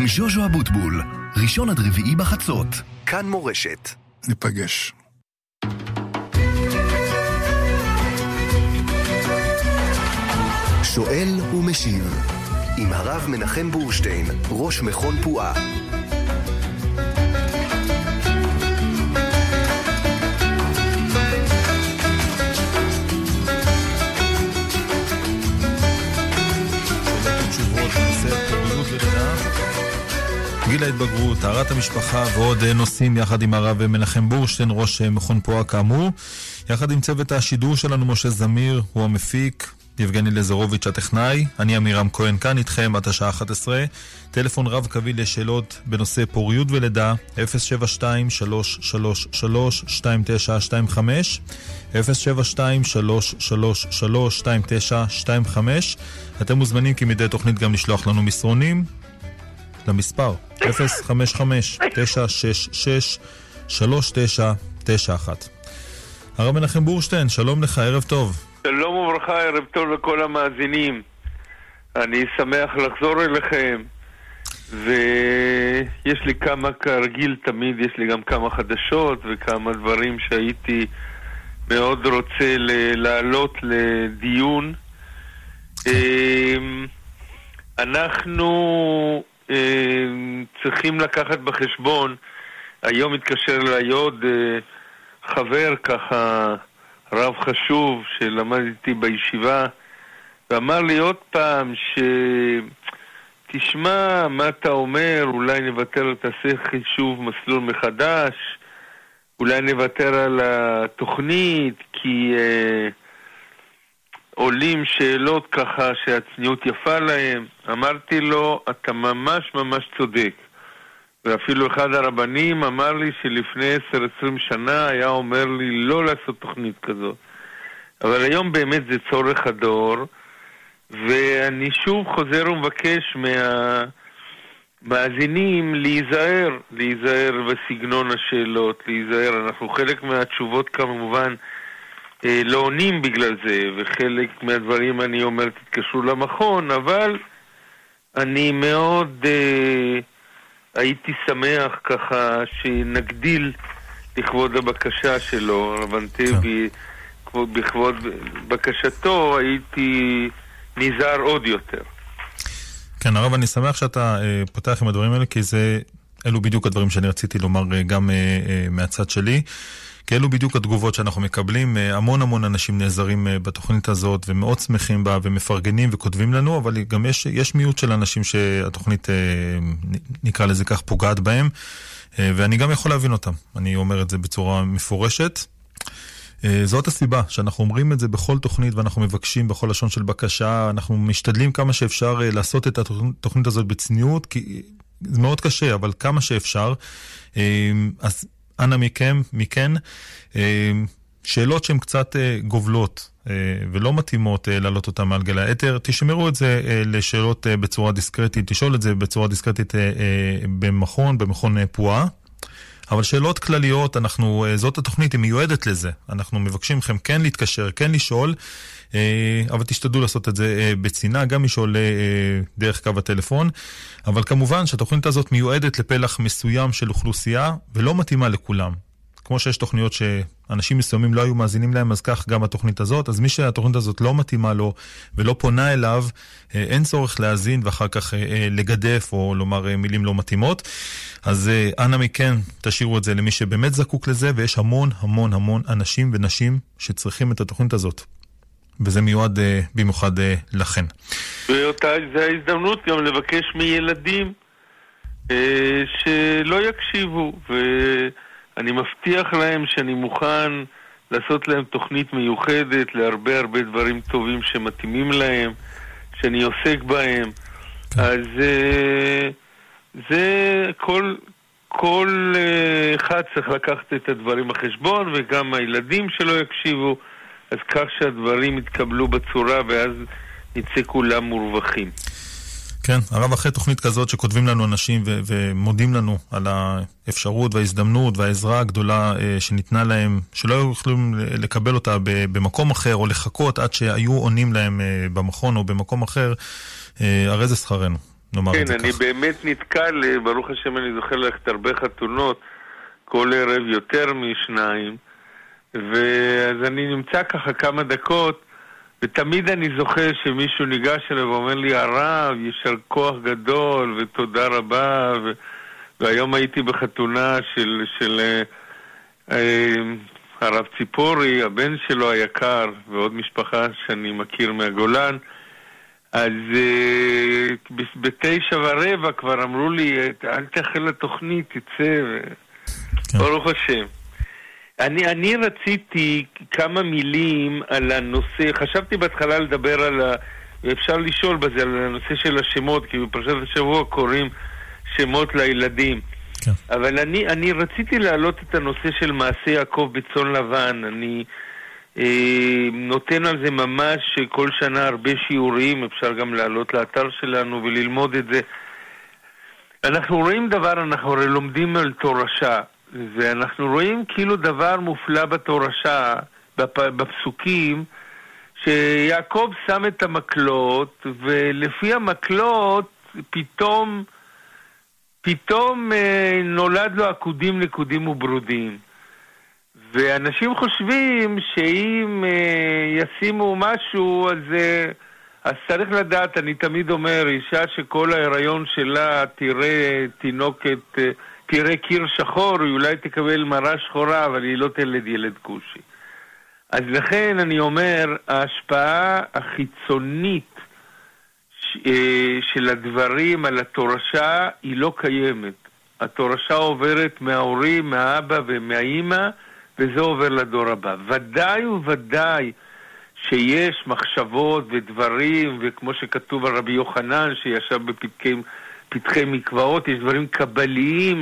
עם ז'וז'ו אבוטבול, ראשון עד רביעי בחצות, כאן מורשת. ניפגש. שואל ומשיב עם הרב מנחם בורשטיין, ראש מכון פועה. גיל ההתבגרות, טהרת המשפחה ועוד נושאים יחד עם הרב מנחם בורשטיין, ראש מכון פועה כאמור. יחד עם צוות השידור שלנו משה זמיר, הוא המפיק, יבגני לזרוביץ' הטכנאי, אני אמירם כהן כאן איתכם עד השעה 11. טלפון רב קווי לשאלות בנושא פוריות ולידה 072-333-2925 072-333-2925. אתם מוזמנים כמדי תוכנית גם לשלוח לנו מסרונים למספר 055-966-3991. הרב מנחם בורשטיין, שלום לך, ערב טוב. שלום וברכה, ערב טוב לכל המאזינים. אני שמח לחזור אליכם, ויש לי כמה, כרגיל תמיד, יש לי גם כמה חדשות וכמה דברים שהייתי מאוד רוצה לעלות לדיון. אנחנו צריכים לקחת בחשבון, היום התקשר אליי עוד חבר ככה, רב חשוב שלמד איתי בישיבה, ואמר לי עוד פעם תשמע מה אתה אומר, אולי נוותר, תעשה חישוב מסלול מחדש, אולי נוותר על התוכנית, כי עולים שאלות ככה שהצניעות יפה להם. אמרתי לו, אתה ממש ממש צודק. ואפילו אחד הרבנים אמר לי שלפני 10-20 שנה היה אומר לי לא לעשות תוכנית כזאת. אבל היום באמת זה צורך הדור, ואני שוב חוזר ומבקש מהמאזינים להיזהר בסגנון השאלות, להיזהר. אנחנו חלק מהתשובות כמובן לא עונים בגלל זה, וחלק מהדברים אני אומר תתקשרו למכון, אבל אני מאוד הייתי שמח ככה שנגדיל לכבוד הבקשה שלו, רבנטבי, בכבוד בקשתו הייתי נזהר עוד יותר. כן, הרב, אני שמח שאתה פותח עם הדברים האלה, כי אלו בדיוק הדברים שאני רציתי לומר גם מהצד שלי. כי אלו בדיוק התגובות שאנחנו מקבלים. המון אנשים נעזרים בתוכנית הזאת ומאוד שמחים בה ומפרגנים וכותבים לנו, אבל גם יש מיעוט של אנשים שהתוכנית, נקרא לזה כך, פוגעת בהם, ואני גם יכול להבין אותם. אני אומר את זה בצורה מפורשת. זאת הסיבה שאנחנו אומרים את זה בכל תוכנית, ואנחנו מבקשים בכל לשון של בקשה, אנחנו משתדלים כמה שאפשר לעשות את התוכנית הזאת בצניעות, כי זה מאוד קשה, אבל כמה שאפשר. אז אנא מכן, שאלות שהן קצת גובלות ולא מתאימות להעלות אותן מעל גלי האתר, תשמרו את זה לשאלות בצורה דיסקרטית, תשאול את זה בצורה דיסקרטית במכון פועה, אבל שאלות כלליות, זאת התוכנית, היא מיועדת לזה. אנחנו מבקשים לכם כן להתקשר, כן לשאול, אבל תשתדלו לעשות את זה בצינה, גם לשאול דרך קו הטלפון, אבל כמובן שהתוכנית הזאת מיועדת לפלח מסוים של אוכלוסייה, ולא מתאימה לכולם. כמו שיש תוכניות שאנשים מסוימים לא היו מאזינים להם, אז כך גם התוכנית הזאת. אז מי שהתוכנית הזאת לא מתאימה לו ולא פונה אליו, אין צורך להאזין ואחר כך לגדף או לומר מילים לא מתאימות. אז אנא מכן תשאירו את זה למי שבאמת זקוק לזה, ויש המון אנשים ונשים שצריכים את התוכנית הזאת. וזה מיועד במיוחד לכן. ואותה זה ההזדמנות גם לבקש מילדים שלא יקשיבו, ואני מבטיח להם שאני מוכן לעשות להם תוכנית מיוחדת להרבה דברים טובים שמתאימים להם, שאני עוסק בהם. אז זה כל אחד צריך לקחת את הדברים בחשבון, וגם הילדים שלא יקשיבו, אז כך שהדברים יתקבלו בצורה, ואז נצא כולם מורווחים. כן, הרב, אחרי תוכנית כזאת שכותבים לנו אנשים ומודים לנו על האפשרות וההזדמנות והעזרה הגדולה שניתנה להם, שלא יכולים לקבל אותה במקום אחר או לחכות עד שהיו עונים להם במכון או במקום אחר, הרי זה שכרנו. נאמר את כן, זה אני כך. באמת נתקל, ברוך השם אני זוכר ללכת הרבה חתונות, כל ערב יותר משניים, ואז אני נמצא ככה כמה דקות, ותמיד אני זוכר שמישהו ניגש אליו ואומר לי, הרב, יישר כוח גדול ותודה רבה, והיום הייתי בחתונה של הרב ציפורי, הבן שלו היקר, ועוד משפחה שאני מכיר מהגולן. אז ב9:15 כבר אמרו לי, אל תחל לתוכנית, תצא, ברוך השם. אני רציתי כמה מילים על הנושא, חשבתי בהתחלה לדבר אפשר לשאול בזה, על הנושא של השמות, כי בפרשת השבוע קוראים שמות לילדים. כן. אבל אני רציתי להעלות את הנושא של מעשה יעקב בצאן לבן. אני נותן על זה ממש כל שנה הרבה שיעורים, אפשר גם לעלות לאתר שלנו וללמוד את זה. אנחנו רואים דבר, אנחנו הרי לומדים על תורשה, ואנחנו רואים כאילו דבר מופלא בתורשה, בפסוקים, שיעקב שם את המקלות, ולפי המקלות פתאום נולד לו עקודים, נקודים וברודים. ואנשים חושבים שאם ישימו משהו, אז צריך לדעת, אני תמיד אומר, אישה שכל ההיריון שלה תראה תינוקת, תראה קיר שחור, היא אולי תקבל מראה שחורה, אבל היא לא תלד ילד כושי. אז לכן אני אומר, ההשפעה החיצונית של הדברים על התורשה היא לא קיימת. התורשה עוברת מההורים, מהאבא ומהאמא, וזה עובר לדור הבא. ודאי וודאי שיש מחשבות ודברים, וכמו שכתוב על רבי יוחנן שישב בפתחי מקוואות, יש דברים קבליים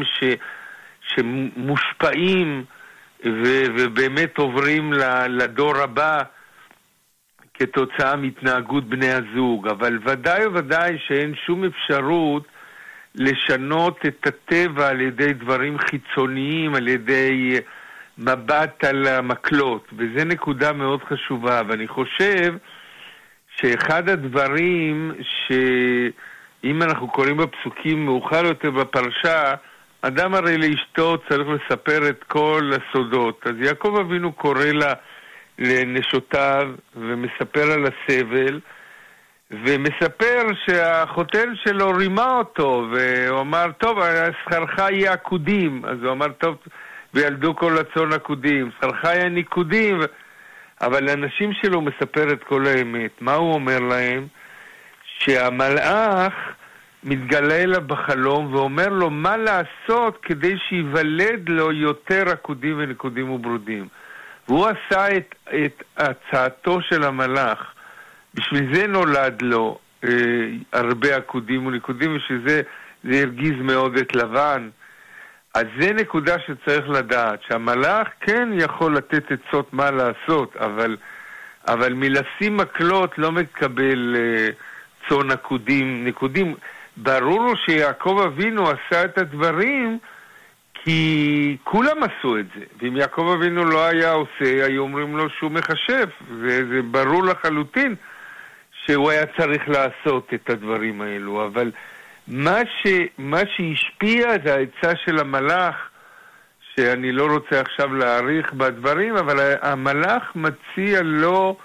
שמושפעים ובאמת עוברים לדור הבא כתוצאה מהתנהגות בני הזוג. אבל ודאי וודאי שאין שום אפשרות לשנות את הטבע על ידי דברים חיצוניים, על ידי מבט על המקלות, וזה נקודה מאוד חשובה. ואני חושב שאחד הדברים שאם אנחנו קוראים בפסוקים מאוחר יותר בפרשה, אדם הרי לאשתו צריך לספר את כל הסודות. אז יעקב אבינו קורא לנשותיו ומספר על הסבל, ומספר שהחותן שלו רימה אותו, והוא אמר, טוב, שכרך יהיה עקודים. אז הוא אמר, טוב, וילדו כל הצאן עקודים, שכרך יהיה ניקודים. אבל לאנשים שלו מספר את כל האמת. מה הוא אומר להם? שהמלאך מתגלה אליו בחלום ואומר לו מה לעשות כדי שיוולד לו יותר עקודים וניקודים וברודים. והוא עשה את הצעתו של המלאך. בשביל זה נולד לו הרבה עקודים וניקודים, ושזה הרגיז מאוד את לבן. אז זה נקודה שצריך לדעת, שהמלאך כן יכול לתת עצות מה לעשות, אבל מלשים מקלות לא מקבל צאן עקודים, ניקודים. ברור שיעקב אבינו עשה את הדברים כי כולם עשו את זה, ואם יעקב אבינו לא היה עושה, היו אומרים לו שהוא מחשב, וזה ברור לחלוטין שהוא היה צריך לעשות את הדברים האלו. אבל מה שהשפיע זה העצה של המלאך, שאני לא רוצה עכשיו להאריך בדברים, אבל המלאך מציע לו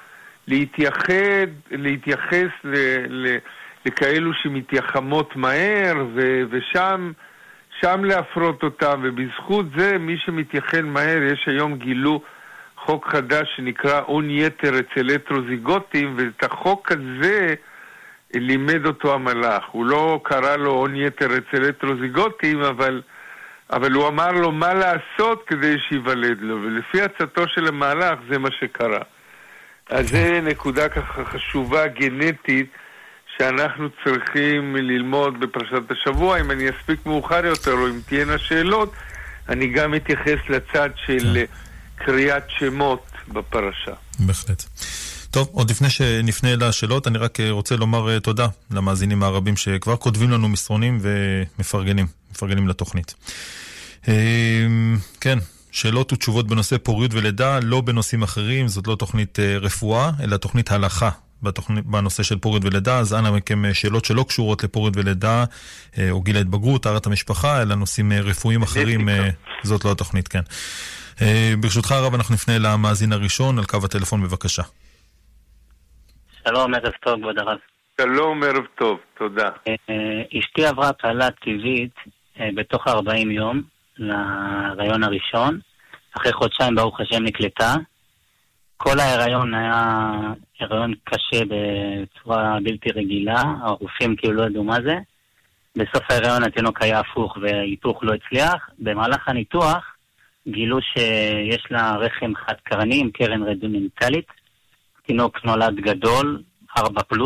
להתייחס לכאלו שמתייחמות מהר, ושם להפרות אותם, ובזכות זה מי שמתייחן מהר, יש היום גילו חוק חדש שנקרא און יתר אצל הטרוזיגוטים, ואת החוק הזה לימד אותו המלאך. הוא לא קרא לו און יתר אצל הטרוזיגוטים, אבל הוא אמר לו מה לעשות כדי שיוולד לו, ולפי הצעתו של המלאך זה מה שקרה. אז זה נקודה ככה חשובה גנטית שאנחנו צריכים ללמוד בפרשת השבוע. אם אני אספיק מאוחר יותר או אם תהיינה שאלות, אני גם אתייחס לצד של קריאת שמות בפרשה. בהחלט. טוב, עוד לפני שנפנה לשאלות, אני רק רוצה לומר תודה למאזינים הרבים שכבר כותבים לנו מסרונים ומפרגנים לתוכנית. כן, שאלות ותשובות בנושא פוריות ולידה, לא בנושאים אחרים, זאת לא תוכנית רפואה, אלא תוכנית הלכה בנושא של פוריד ולידה, אז אנא מכם שאלות שלא קשורות לפוריד ולידה או גיל ההתבגרות, טהרת המשפחה, אלא נושאים רפואיים אחרים, זאת לא התוכנית, כן. ברשותך הרב, אנחנו נפנה למאזין הראשון, על קו הטלפון בבקשה. שלום, ערב טוב, כבוד הרב. שלום, ערב טוב, תודה. אשתי עברה הפלה טבעית בתוך 40 יום להיריון הראשון, אחרי חודשיים ברוך השם נקלטה. כל ההיריון היה הריון קשה בצורה בלתי רגילה, הרופאים כאילו לא ידעו מה זה. בסוף ההיריון התינוק היה הפוך וההיפוך לא הצליח. במהלך הניתוח גילו שיש לה רחם חד קרני עם קרן רדומנטלית. תינוק נולד גדול, 4+.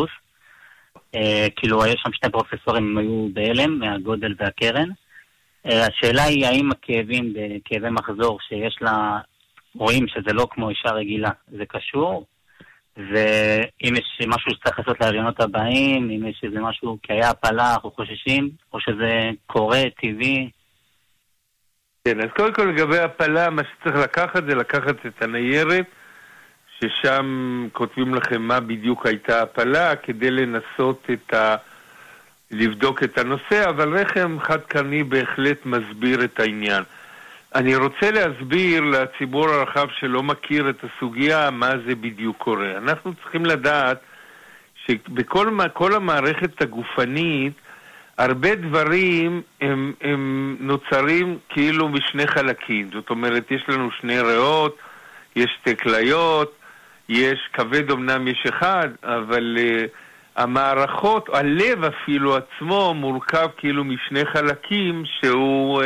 כאילו יש שם שני פרופסורים, הם היו בהלם מהגודל והקרן. השאלה היא האם הכאבים בכאבי מחזור שיש לה, רואים שזה לא כמו אישה רגילה, זה קשור, ואם יש משהו שצריך לעשות להריונות הבאים, אם יש איזה משהו, כי היה הפלה, אנחנו חוששים, או שזה קורה, טבעי. כן, אז קודם כל לגבי הפלה, מה שצריך לקחת זה לקחת את הניירת, ששם כותבים לכם מה בדיוק הייתה הפלה, כדי לנסות לבדוק את הנושא, אבל רחם חד קרני בהחלט מסביר את העניין. אני רוצה להסביר לציבור הרחב שלא מכיר את הסוגיה מה זה בדיוק קורה. אנחנו צריכים לדעת שבכל המערכת הגופנית הרבה דברים הם נוצרים כאילו משני חלקים. זאת אומרת, יש לנו שני ריאות, יש שתי כליות, יש כבד אמנם יש אחד, אבל המערכות, הלב אפילו עצמו מורכב כאילו משני חלקים שהוא,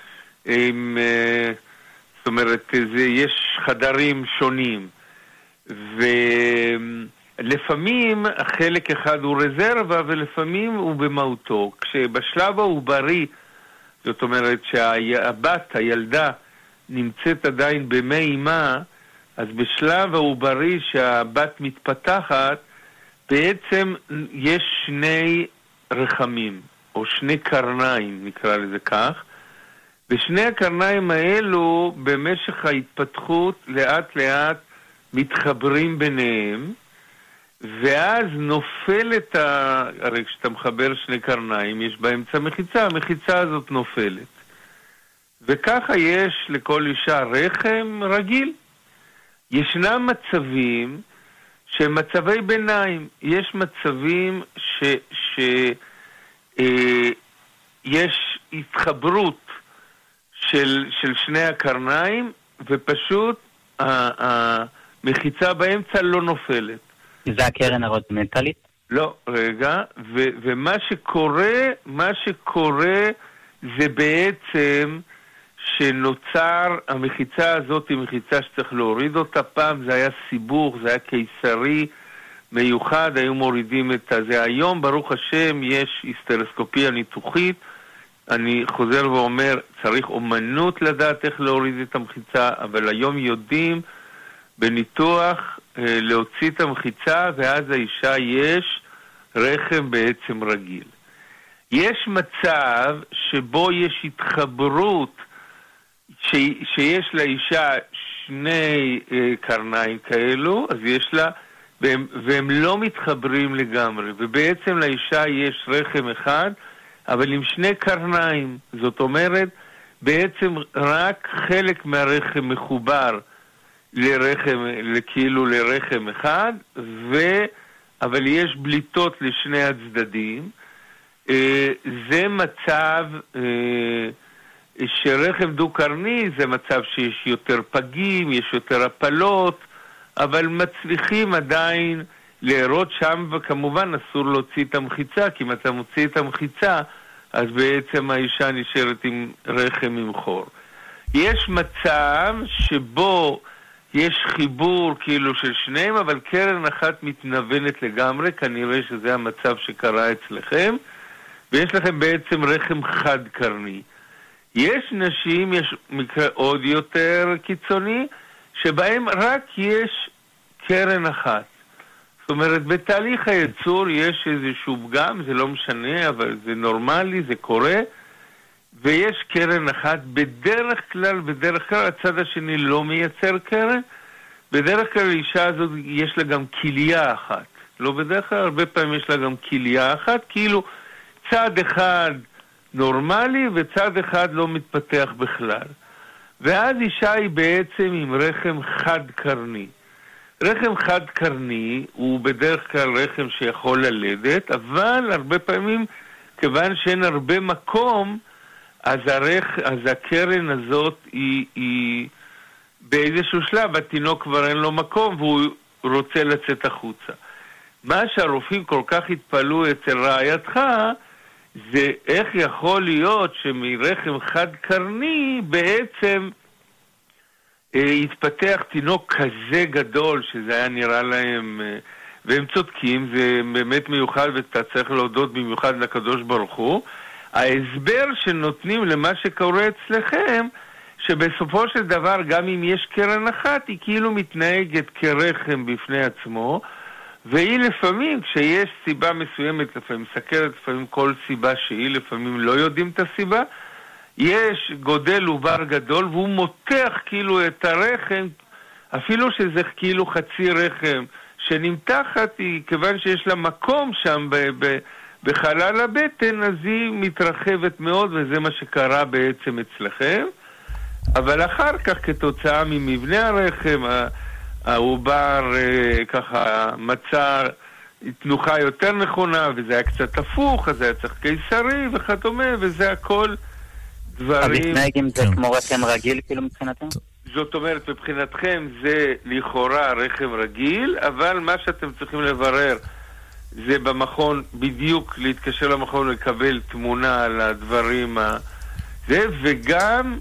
זאת אומרת, יש חדרים שונים. ולפעמים חלק אחד הוא רזרבה ולפעמים הוא במהותו. כשבשלב העוברי, זאת אומרת שהבת, הילדה, נמצאת עדיין במי אימה, אז בשלב העוברי שהבת מתפתחת, בעצם יש שני רחמים, או שני קרניים, נקרא לזה כך, ושני הקרניים האלו במשך ההתפתחות לאט לאט מתחברים ביניהם, ואז נופלת, הרי כשאתה מחבר שני קרניים, יש באמצע מחיצה, המחיצה הזאת נופלת. וככה יש לכל אישה רחם רגיל. ישנם מצבים שהם מצבי ביניים. יש מצבים יש התחברות של שני הקרניים, ופשוט המחיצה באמצע לא נופלת. זה הקרן הרדומנטלית? לא, רגע. ומה שקורה זה בעצם שנוצר, המחיצה הזאת היא מחיצה שצריך להוריד אותה. פעם זה היה סיבוך, זה היה קיסרי מיוחד, היו מורידים את זה. היום ברוך השם יש היסטרוסקופיה ניתוחית. אני חוזר ואומר, צריך אומנות לדעת איך להוריד את המחיצה, אבל היום יודעים בניתוח להוציא את המחיצה, ואז האישה יש רחם בעצם רגיל. יש מצב שבו יש התחברות, שיש לאישה שני קרניים כאלו, אז יש לה, והם לא מתחברים לגמרי, ובעצם לאישה יש רחם אחד, אבל עם שני קרניים. זאת אומרת, בעצם רק חלק מהרחם מחובר לרחם, כאילו לרחם אחד, אבל יש בליטות לשני הצדדים. זה מצב שרחם דו-קרני, זה מצב שיש יותר פגים, יש יותר הפלות, אבל מצליחים עדיין להראות שם, וכמובן אסור להוציא את המחיצה, כי אם אתה מוציא את המחיצה, אז בעצם האישה נשארת עם רחם עם חור. יש מצב שבו יש חיבור כאילו של שניהם, אבל קרן אחת מתנוונת לגמרי, כנראה שזה המצב שקרה אצלכם, ויש לכם בעצם רחם חד קרני. יש נשים, יש מקרה עוד יותר קיצוני, שבהם רק יש קרן אחת. זאת אומרת, בתהליך הייצור יש איזשהו פגם, זה לא משנה, אבל זה נורמלי, זה קורה, ויש קרן אחת. בדרך כלל, הצד השני לא מייצר קרן. בדרך כלל האישה הזאת יש לה גם כליה אחת. לא בדרך כלל, הרבה פעמים יש לה גם כליה אחת, כאילו צד אחד נורמלי וצד אחד לא מתפתח בכלל. ואז אישה היא בעצם עם רחם חד קרני. רחם חד קרני הוא בדרך כלל רחם שיכול ללדת, אבל הרבה פעמים, כיוון שאין הרבה מקום, אז הקרן הזאת היא באיזשהו שלב, התינוק כבר אין לו מקום והוא רוצה לצאת החוצה. מה שהרופאים כל כך התפלאו אצל רעייתך, זה איך יכול להיות שמרחם חד קרני בעצם התפתח תינוק כזה גדול, שזה היה נראה להם, והם צודקים, זה באמת מיוחד ואתה צריך להודות במיוחד לקדוש ברוך הוא. ההסבר שנותנים למה שקורה אצלכם, שבסופו של דבר גם אם יש קרן אחת, היא כאילו מתנהגת כרחם בפני עצמו, והיא לפעמים, כשיש סיבה מסוימת, לפעמים סכרת, לפעמים כל סיבה שהיא, לפעמים לא יודעים את הסיבה, יש גודל עובר גדול, והוא מותח כאילו את הרחם, אפילו שזה כאילו חצי רחם שנמתחת, היא, כיוון שיש לה מקום שם בחלל הבטן, אז היא מתרחבת מאוד, וזה מה שקרה בעצם אצלכם. אבל אחר כך, כתוצאה ממבנה הרחם, העובר ככה מצא תנוחה יותר נכונה, וזה היה קצת הפוך, אז היה צריך קיסרי וכדומה, וזה הכל דברים... אז מתנהג עם זה כמו רחם רגיל, כאילו מבחינתם? זאת אומרת, מבחינתכם זה לכאורה רחם רגיל, אבל מה שאתם צריכים לברר זה במכון, בדיוק להתקשר למכון ולקבל תמונה על הדברים הזה, וגם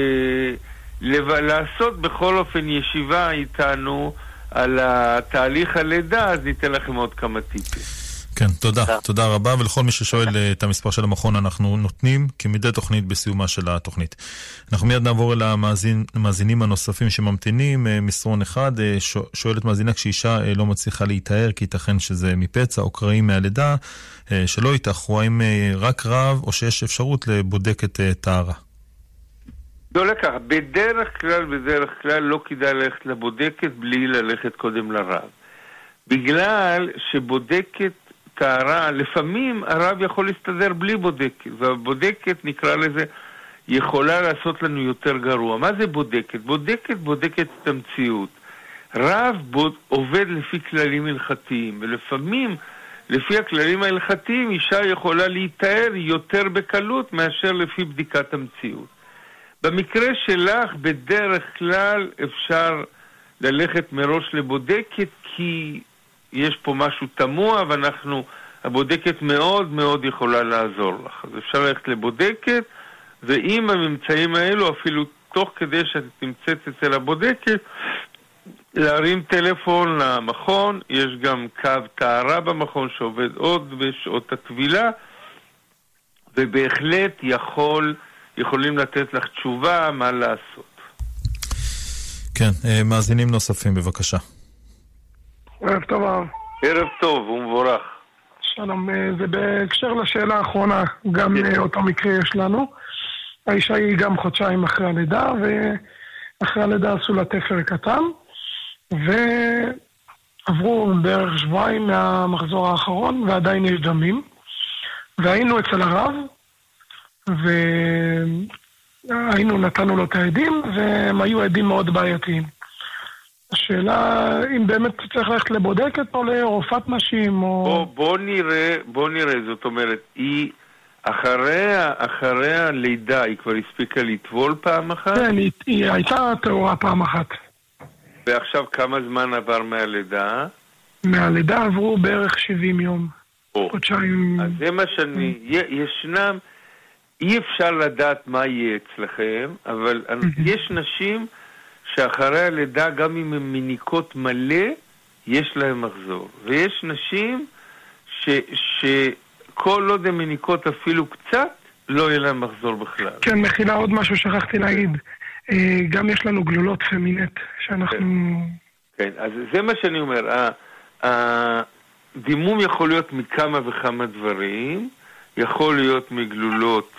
לעשות בכל אופן ישיבה איתנו על התהליך הלידה, אז ניתן לכם עוד כמה טיפים. כן, תודה רבה, ולכל מי ששואל את המספר של המכון אנחנו נותנים כמדי תוכנית בסיומה של התוכנית. אנחנו מיד נעבור אל המאזינים הנוספים שממתינים. מסרון אחד, שואלת מאזינה, כשאישה לא מצליחה להתאר כי ייתכן שזה מפצע או קרעים מהלידה, שלא יתאחרו, האם רק רב או שיש אפשרות לבודקת טהרה? לא לקח, בדרך כלל לא כדאי ללכת לבודקת בלי ללכת קודם לרב. בגלל שבודקת טהרה, לפעמים הרב יכול להסתדר בלי בודקת, והבודקת, נקרא לזה, יכולה לעשות לנו יותר גרוע. מה זה בודקת? בודקת את המציאות. רב עובד לפי כללים הלכתיים, ולפעמים לפי הכללים ההלכתיים אישה יכולה להתאר יותר בקלות מאשר לפי בדיקת המציאות. במקרה שלך בדרך כלל אפשר ללכת מראש לבודקת, כי יש פה משהו תמוה, הבודקת מאוד מאוד יכולה לעזור לך. אז אפשר ללכת לבודקת, ועם הממצאים האלו, אפילו תוך כדי שאת נמצאת אצל הבודקת, להרים טלפון למכון. יש גם קו טהרה במכון שעובד עוד בשעות הטבילה, ובהחלט יכולים לתת לך תשובה מה לעשות. כן, מאזינים נוספים בבקשה. ערב טוב הרב. ערב טוב ומבורך. שלום, זה בהקשר לשאלה האחרונה, גם אותו מקרה יש לנו. האישה היא גם חודשיים אחרי הלידה, ואחרי הלידה עשו לה תפר קטן, ועברו בערך שבועיים מהמחזור האחרון, ועדיין יש דמים. והיינו אצל הרב, נתנו לו את העדים, והם היו עדים מאוד בעייתיים. השאלה אם באמת צריך ללכת לבודקת או לרופאת נשים או... בוא נראה, זאת אומרת, היא אחרי הלידה היא כבר הספיקה לטבול פעם אחת? כן, היא הייתה טהורה פעם אחת. ועכשיו כמה זמן עבר מהלידה? מהלידה עברו בערך 70 יום. חודשיים... אז זה מה ישנם, אי אפשר לדעת מה יהיה אצלכם, אבל יש נשים שאחרי הלידה, גם אם הן מניקות מלא, יש להם מחזור. ויש נשים שכל עוד הן מניקות אפילו קצת, לא יהיה להם מחזור בכלל. כן, מחילה עוד משהו שכחתי להגיד. גם יש לנו גלולות פמינט, שאנחנו... כן, אז זה מה שאני אומר. הדימום יכול להיות מכמה וכמה דברים. יכול להיות מגלולות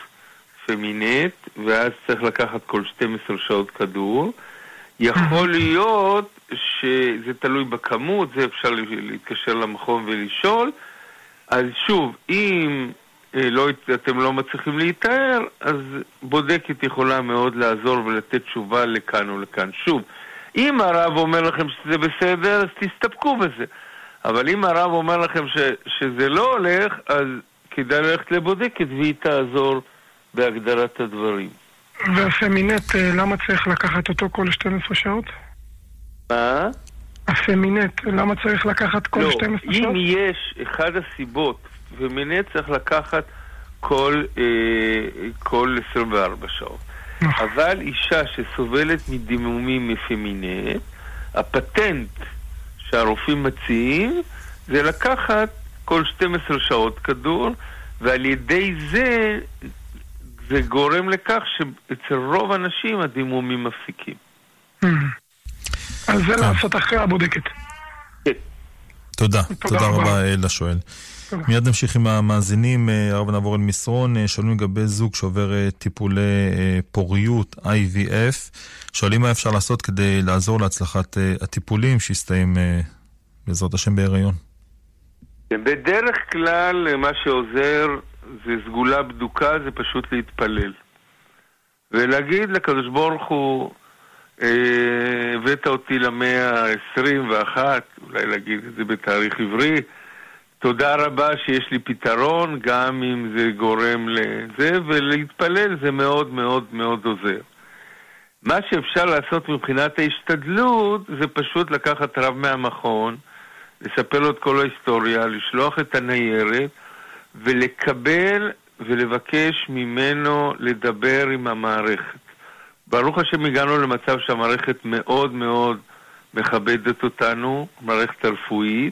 פמינט, ואז צריך לקחת כל 12 שעות כדור. יכול להיות שזה תלוי בכמות, זה אפשר להתקשר למכון ולשאול. אז שוב, אם אתם לא מצליחים להתאר, אז בודקת יכולה מאוד לעזור ולתת תשובה לכאן או לכאן. שוב, אם הרב אומר לכם שזה בסדר, אז תסתפקו בזה. אבל אם הרב אומר לכם שזה לא הולך, אז כדאי ללכת לבודקת והיא תעזור בהגדרת הדברים. והפמינט, למה צריך לקחת אותו כל 12 שעות? מה? הפמינט, למה צריך לקחת כל 12 שעות? אם יש אחד הסיבות, פמינט צריך לקחת כל 24 שעות. אבל אישה שסובלת מדימומים מפמינט, הפטנט שהרופאים מציעים זה לקחת כל 12 שעות כדור, ועל ידי זה גורם לכך שאצל רוב האנשים הדימומים מפסיקים. אז זה לעשות אחרי הבודקת. תודה רבה לשואל. מיד נמשיך עם המאזינים, הרב נעבור אל מסרון, שואלים לגבי זוג שעובר טיפולי פוריות IVF, שואלים מה אפשר לעשות כדי לעזור להצלחת הטיפולים שיסתיים בעזרת השם בהיריון. בדרך כלל מה שעוזר זה סגולה בדוקה, זה פשוט להתפלל ולהגיד לקדוש ברוך הוא, הבאת אותי ל121, אולי להגיד את זה בתאריך עברי, תודה רבה שיש לי פתרון, גם אם זה גורם לזה, ולהתפלל זה מאוד מאוד מאוד עוזר. מה שאפשר לעשות מבחינת ההשתדלות, זה פשוט לקחת רב מהמכון, לספר לו את כל ההיסטוריה, לשלוח את הניירת, ולקבל ולבקש ממנו לדבר עם המערכת. ברוך השם הגענו למצב שהמערכת מאוד מאוד מכבדת אותנו, מערכת הרפואית,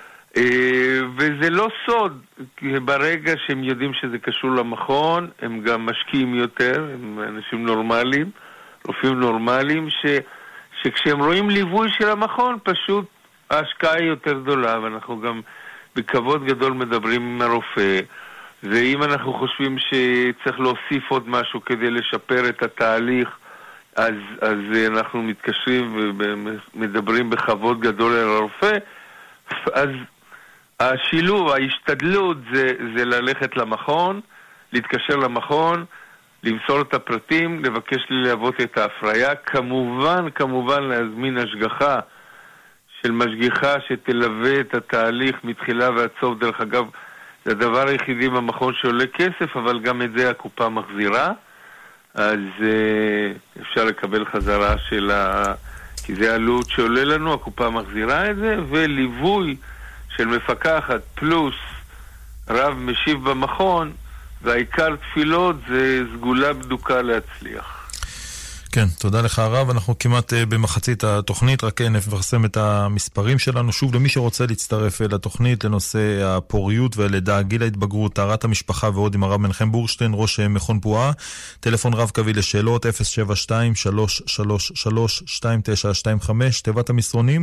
וזה לא סוד, ברגע שהם יודעים שזה קשור למכון, הם גם משקיעים יותר, הם אנשים נורמליים, רופאים נורמליים, שכשהם רואים ליווי של המכון, פשוט ההשקעה היא יותר גדולה, ואנחנו גם בכבוד גדול מדברים עם הרופא, ואם אנחנו חושבים שצריך להוסיף עוד משהו כדי לשפר את התהליך, אז אנחנו מתקשרים ומדברים בכבוד גדול על הרופא. אז השילוב, ההשתדלות זה ללכת למכון, להתקשר למכון, למסור את הפרטים, לבקש ללוות את ההפריה, כמובן להזמין השגחה של משגיחה שתלווה את התהליך מתחילה ועד סוף. דרך אגב, זה הדבר היחידי במכון שעולה כסף, אבל גם את זה הקופה מחזירה, אז אפשר לקבל חזרה כי זה עלות שעולה לנו, הקופה מחזירה את זה, וליווי של מפקחת פלוס רב משיב במכון, והעיקר תפילות זה סגולה בדוקה להצליח. כן, תודה לך הרב, אנחנו כמעט במחצית התוכנית, רק נפרסם את המספרים שלנו. שוב, למי שרוצה להצטרף לתוכנית לנושא הפוריות והלידה, גיל ההתבגרות, טהרת המשפחה ועוד עם הרב מנחם בורשטיין, ראש מכון פועה, טלפון רב קווי לשאלות 072-333-2925, תיבת המסרונים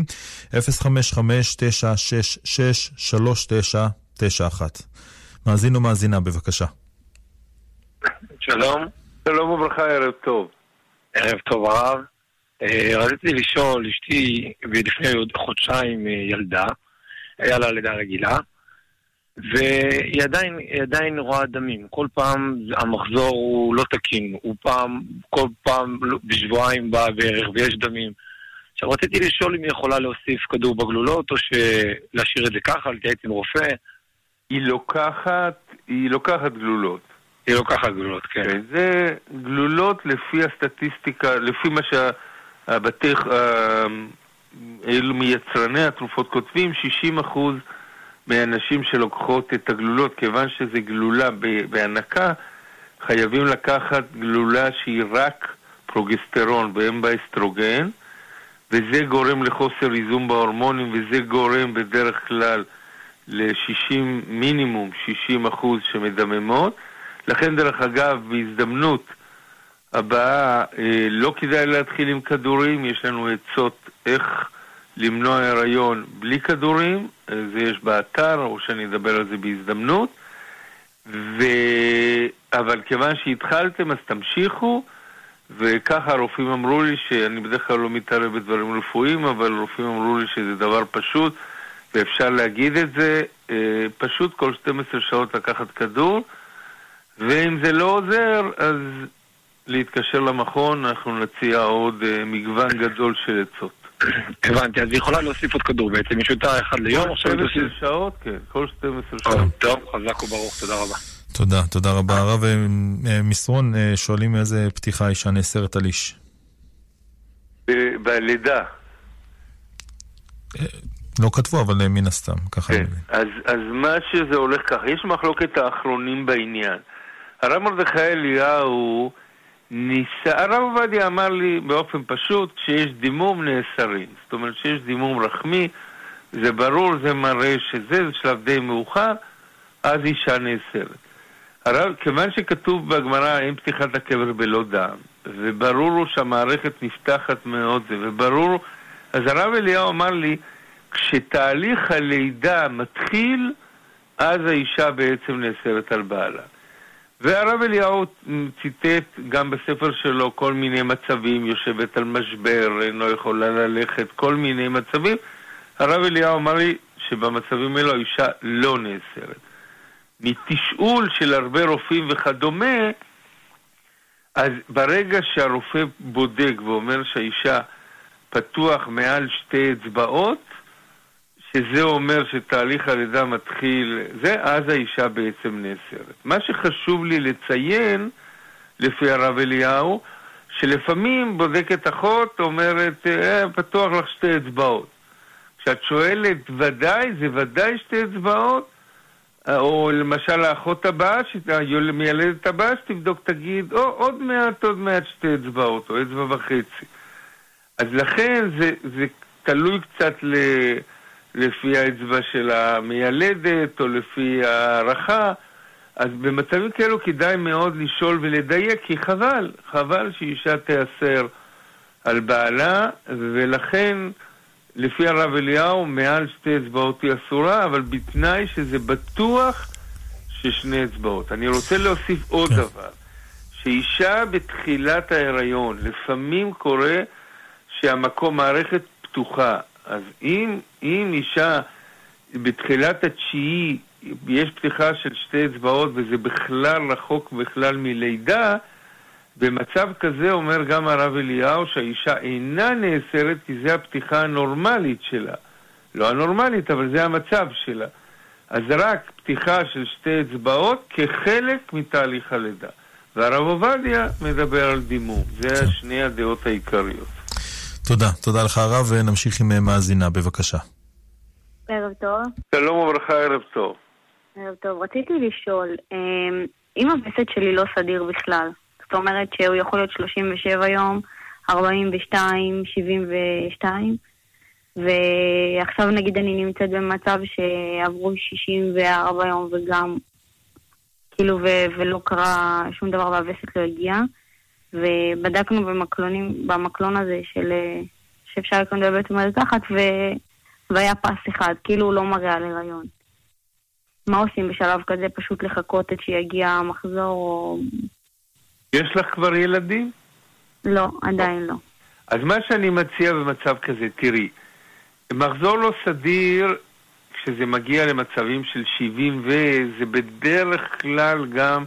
055-966-3991. מאזין או מאזינה, בבקשה. שלום. שלום וברכה, ערב טוב. ערב טוב הרב. רציתי לשאול, אשתי לפני חודשיים ילדה, היה לה לידה רגילה, והיא עדיין רואה דמים. כל פעם המחזור הוא לא תקין, כל פעם בשבועיים בא בערך ויש דמים. עכשיו רציתי לשאול אם היא יכולה להוסיף כדור בגלולות, או להשאיר את זה ככה, להתייעץ עם רופא. היא לוקחת גלולות. היא לוקחת גלולות, כן. זה גלולות לפי הסטטיסטיקה, לפי מה אלו מיצרני התרופות כותבים, 60% מהאנשים שלוקחות את הגלולות, כיוון שזה גלולה בהנקה, חייבים לקחת גלולה שהיא רק פרוגסטרון ואין בה אסטרוגן, וזה גורם לחוסר איזון בהורמונים, וזה גורם בדרך כלל מינימום 60% שמדממות. לכן דרך אגב, בהזדמנות הבאה לא כדאי להתחיל עם כדורים, יש לנו עצות איך למנוע הריון בלי כדורים, זה יש באתר, או שאני אדבר על זה בהזדמנות, אבל כיוון שהתחלתם אז תמשיכו, וככה הרופאים אמרו לי, שאני בדרך כלל לא מתערב בדברים רפואיים, אבל רופאים אמרו לי שזה דבר פשוט, ואפשר להגיד את זה, פשוט כל 12 שעות לקחת כדור, ואם זה לא עוזר, אז להתקשר למכון, אנחנו נציע עוד מגוון גדול של עצות. הבנתי, אז היא יכולה להוסיף עוד כדור בעצם, יש יותר אחד ליום? כל 12 שעות, כן, כל 12 שעות. טוב, חזק וברוך, תודה רבה. תודה רבה. הרב מסרון, שואלים איזה פתיחה אישה נאסרת על איש. בלידה. לא כתבו, אבל מן הסתם, ככה. כן, אז מה שזה הולך ככה, יש מחלוקת האחרונים בעניין. הרב מרדכי אליהו הרב עובדיה אמר לי באופן פשוט, כשיש דימום נאסרים. זאת אומרת שיש דימום רחמי, זה ברור, זה מראה שזה שלב די מאוחר, אז אישה נאסרת. כיוון שכתוב בגמרא אין פתיחת הקבר בלא דם, וברור הוא שהמערכת נפתחת מאוד זה, וברור, אז הרב אליהו אמר לי, כשתהליך הלידה מתחיל, אז האישה בעצם נאסרת על בעלה. והרב אליהו ציטט גם בספר שלו כל מיני מצבים, יושבת על משבר, לא יכולה ללכת, כל מיני מצבים. הרב אליהו אמר לי שבמצבים האלו האישה לא נאסרת. מתשאול של הרבה רופאים וכדומה, אז ברגע שהרופא בודק ואומר שהאישה פתוח מעל 2 אצבעות, שזה אומר שתהליך הלידה מתחיל, אז האישה בעצם נאסרת. מה שחשוב לי לציין, לפי הרב אליהו, שלפעמים בודקת אחות אומרת, פתוח לך 2 אצבעות. כשאת שואלת ודאי, זה ודאי 2 אצבעות, או למשל האחות הבאה, מיילדת הבאה, שתבדוק תגיד, עוד מעט 2 אצבעות, או 1.5 אצבע. אז לכן זה תלוי קצת לפי האצבע של המיילדת, או לפי הערכה. אז במצבים כאלו כדאי מאוד לשאול ולדייק, כי חבל שאישה תאסר על בעלה, ולכן לפי הרב אליהו מעל 2 אצבעות היא אסורה, אבל בתנאי שזה בטוח ש2 אצבעות. אני רוצה להוסיף עוד דבר, שאישה בתחילת ההיריון, לפעמים קורה שהמקום מערכת פתוחה, אז אם אישה בתחילת התשיעי יש פתיחה של 2 אצבעות וזה בכלל רחוק בכלל מלידה, במצב כזה אומר גם הרב אליהו שהאישה אינה נאסרת, כי זה הפתיחה הנורמלית שלה. לא הנורמלית, אבל זה המצב שלה. אז רק פתיחה של 2 אצבעות כחלק מתהליך הלידה. והרב עובדיה מדבר על דימום. זה שני הדעות העיקריות. תודה לך הרב, ונמשיך עם מאזינה, בבקשה. ערב טוב. שלום וברכה, ערב טוב. ערב טוב, רציתי לשאול, אם הווסת שלי לא סדיר בכלל, זאת אומרת שהוא יכול להיות 37 יום, 42, 72, ועכשיו נגיד אני נמצאת במצב שעברו 64 יום וגם, כאילו, ולא קרה שום דבר והווסת לא הגיעה, ובדקנו במקלון הזה שאפשר לקנות בבית מרקחת, והיה פס אחד, כאילו הוא לא מראה על הריון. מה עושים בשלב כזה? פשוט לחכות עד שיגיע המחזור או... יש לך כבר ילדים? לא, עדיין לא. אז מה שאני מציע במצב כזה, תראי, מחזור לא סדיר, כשזה מגיע למצבים של 70 זה בדרך כלל גם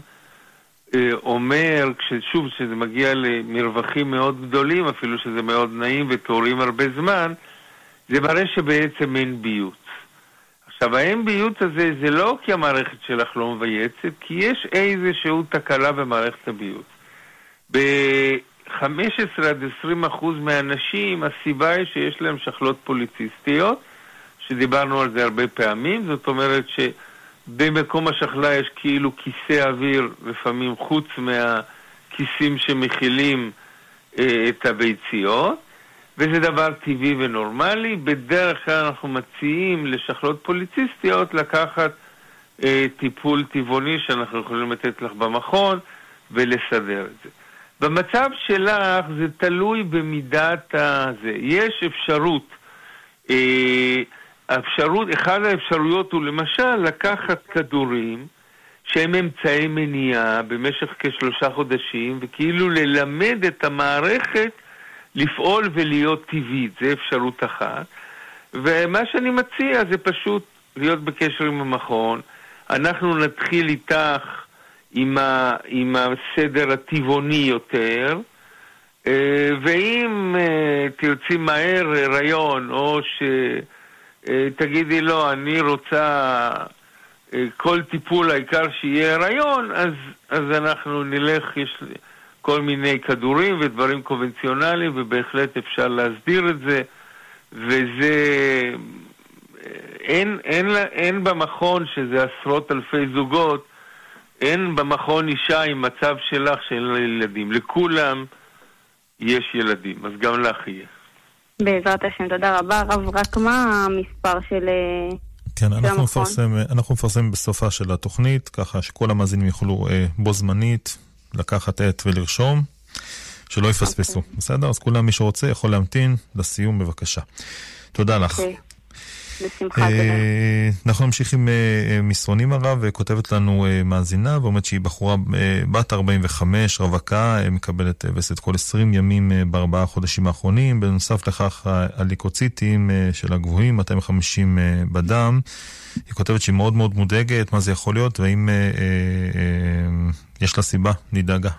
אומר, שזה מגיע למרווחים מאוד גדולים, אפילו שזה מאוד נעים ותורים הרבה זמן, זה מראה שבעצם אין ביות. עכשיו, האין ביות הזה זה לא כי המערכת שלך לא מבייצת, כי יש איזשהו תקלה במערכת הביות. ב-15-20% מהאנשים הסיבה היא שיש להם שחלות פוליציסטיות, שדיברנו על זה הרבה פעמים, זאת אומרת שבמקום השחלה יש כאילו כיסא אוויר, לפעמים חוץ מהכיסים שמכילים את הביציות, וזה דבר טבעי ונורמלי. בדרך כלל אנחנו מציעים לשחלות פוליציסטיות לקחת טיפול טבעוני שאנחנו יכולים לתת לך במכון ולסדר את זה. במצב שלך זה תלוי במידת הזה. יש אפשרות, אחד האפשרויות הוא למשל לקחת כדורים שהם אמצעי מניעה במשך כ3 חודשים, וכאילו ללמד את המערכת לפעול ולהיות טבעית. זה אפשרות אחת. ומה שאני מציע זה פשוט להיות בקשר עם המכון. אנחנו נתחיל איתך עם הסדר הטבעוני יותר, ואם תרצי מהר הריון, או שתגידי לו, אני רוצה כל טיפול, העיקר שיהיה הריון, אז אנחנו נלך, יש כל מיני כדורים ודברים קונבנציונליים, ובהחלט אפשר להסדיר את זה, וזה... אין במכון, שזה עשרות אלפי זוגות, אין במכון אישה עם מצב שלך שאין לה ילדים. לכולם יש ילדים, אז גם לך יהיה. בעזרת השם, תודה רבה. רב, רק מה המספר של... כן, אנחנו מפרסם בסופה של התוכנית, ככה שכל המאזינים יוכלו בו זמנית לקחת את ולרשום, שלא יפספסו. בסדר? אז כולם, מי שרוצה יכול להמתין לסיום, בבקשה. תודה לך. בשמחה, תודה. אנחנו נמשיך עם מסרונים הרב, וכותבת לנו מאזינה, ואומרת שהיא בחורה בת 45, רווקה, מקבלת וסת כל 20 ימים ב4 חודשים האחרונים, בנוסף לכך הליקוציטים של הגבוהים, 250 בדם. היא כותבת שהיא מאוד מאוד מודאגת, מה זה יכול להיות, והאם יש לה סיבה, נדאגה.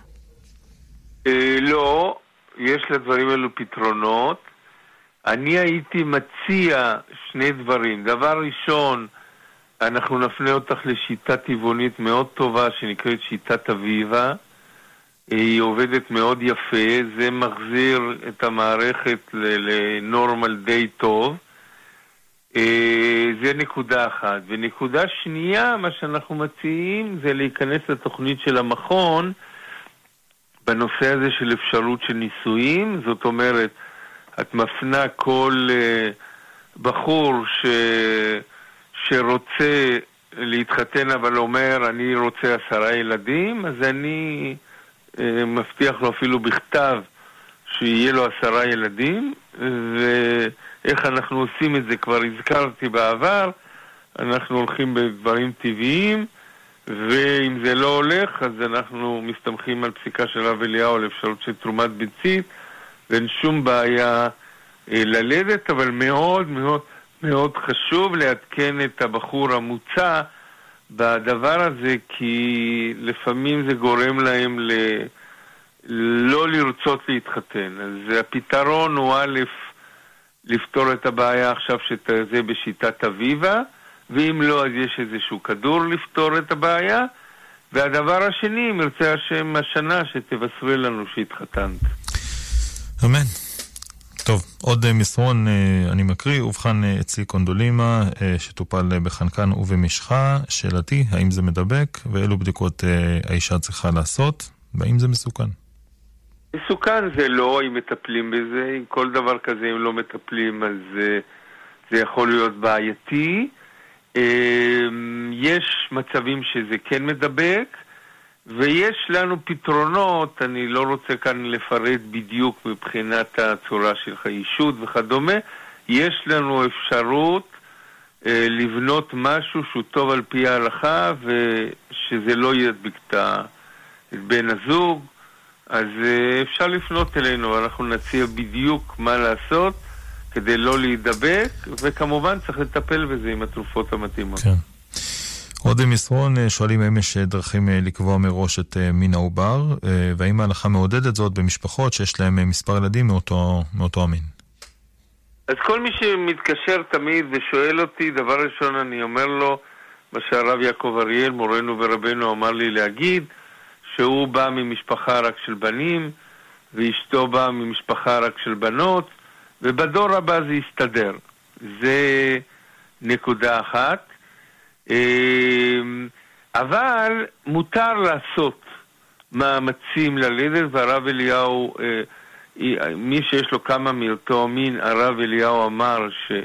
לא, יש לדברים האלו פתרונות. אני הייתי מציע 2 דברים. דבר ראשון, אנחנו נפנה אותך לשיטה טבעונית מאוד טובה שנקראת שיטת אביבה. היא עובדת מאוד יפה, זה מחזיר את המערכת לנורמל די טוב. זה נקודה אחת. ונקודה שנייה, מה שאנחנו מציעים זה להיכנס לתוכנית של המכון בנושא הזה של אפשרות של ניסויים. זאת אומרת, את מפנה כל בחור שרוצה להתחתן אבל אומר אני רוצה 10 ילדים, אז אני מבטיח לו אפילו בכתב שיהיה לו 10 ילדים, ואיך אנחנו עושים את זה כבר הזכרתי בעבר. אנחנו הולכים בדברים טבעיים, ואם זה לא הולך אז אנחנו מסתמכים על פסיקה של הרב אליהו על אפשרות של תרומת ביצית, ואין שום בעיה ללדת, אבל מאוד מאוד מאוד חשוב לעדכן את הבחור המוצא בדבר הזה, כי לפעמים זה גורם להם לא לרצות להתחתן. אז הפתרון הוא א', לפתור את הבעיה עכשיו שזה בשיטת אביבה, ואם לא אז יש איזשהו כדור לפתור את הבעיה, והדבר השני, אם ירצה השם השנה, שתבשרי לנו שהתחתנת. אמן. טוב, עוד מסרון אני מקריא. ובחן אצלי קונדולימה שטופל בחנקן ובמשחה. שאלתי, האם זה מדבק, ואילו בדיקות האישה צריכה לעשות, והאם זה מסוכן? מסוכן זה לא, אם מטפלים בזה. אם כל דבר כזה אם לא מטפלים אז זה יכול להיות בעייתי. יש מצבים שזה כן מדבק, ויש לנו פתרונות. אני לא רוצה כאן לפרט בדיוק מבחינת הצורה של חיישות וכדומה. יש לנו אפשרות לבנות משהו שהוא טוב על פי ההלכה, ושזה לא ידביק את בן הזוג. אז אפשר לפנות אלינו, אנחנו נציע בדיוק מה לעשות כדי לא להידבק, וכמובן צריך לטפל בזה עם התרופות המתאימות. כן. עוד מסרון שואלים האם יש דרכים לקבוע מראש את מין העובר, והאם ההלכה מעודדת זאת במשפחות שיש להם מספר ילדים מאותו המין. אז כל מי שמתקשר תמיד ושואל אותי, דבר ראשון אני אומר לו, מה שהרב יעקב אריאל, מורנו ורבנו, אמר לי להגיד, שהוא בא ממשפחה רק של בנים, ואשתו באה ממשפחה רק של בנות, ובדור הבא זה יסתדר. זה נקודה אחת. אבל מותר לעשות מאמצים ללדת, והרב אליהו, מי שיש לו כמה מאותו מין, הרב אליהו אמר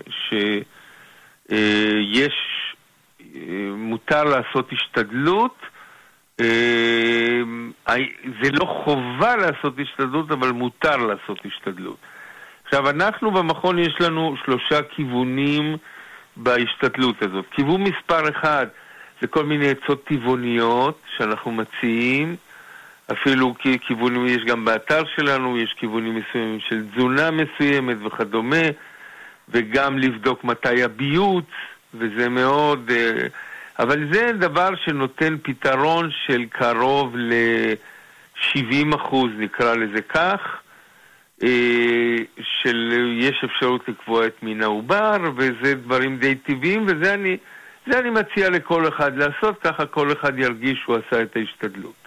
שיש מותר לעשות השתדלות. זה לא חובה לעשות השתדלות, אבל מותר לעשות השתדלות. עכשיו, אנחנו במכון יש לנו 3 כיוונים בהשתדלות הזאת. כיוון מספר 1, זה כל מיני עצות טבעוניות שאנחנו מציעים, אפילו כיוונים יש גם באתר שלנו, יש כיוונים מסוימים של תזונה מסוימת וכדומה, וגם לבדוק מתי הביוץ, וזה מאוד... אבל זה דבר שנותן פתרון של קרוב ל-70%, נקרא לזה כך, יש אפשרות לקבוע את מין העובר, וזה דברים די טבעיים, וזה אני מציע לכל אחד לעשות, ככה כל אחד ירגיש שהוא עשה את ההשתדלות.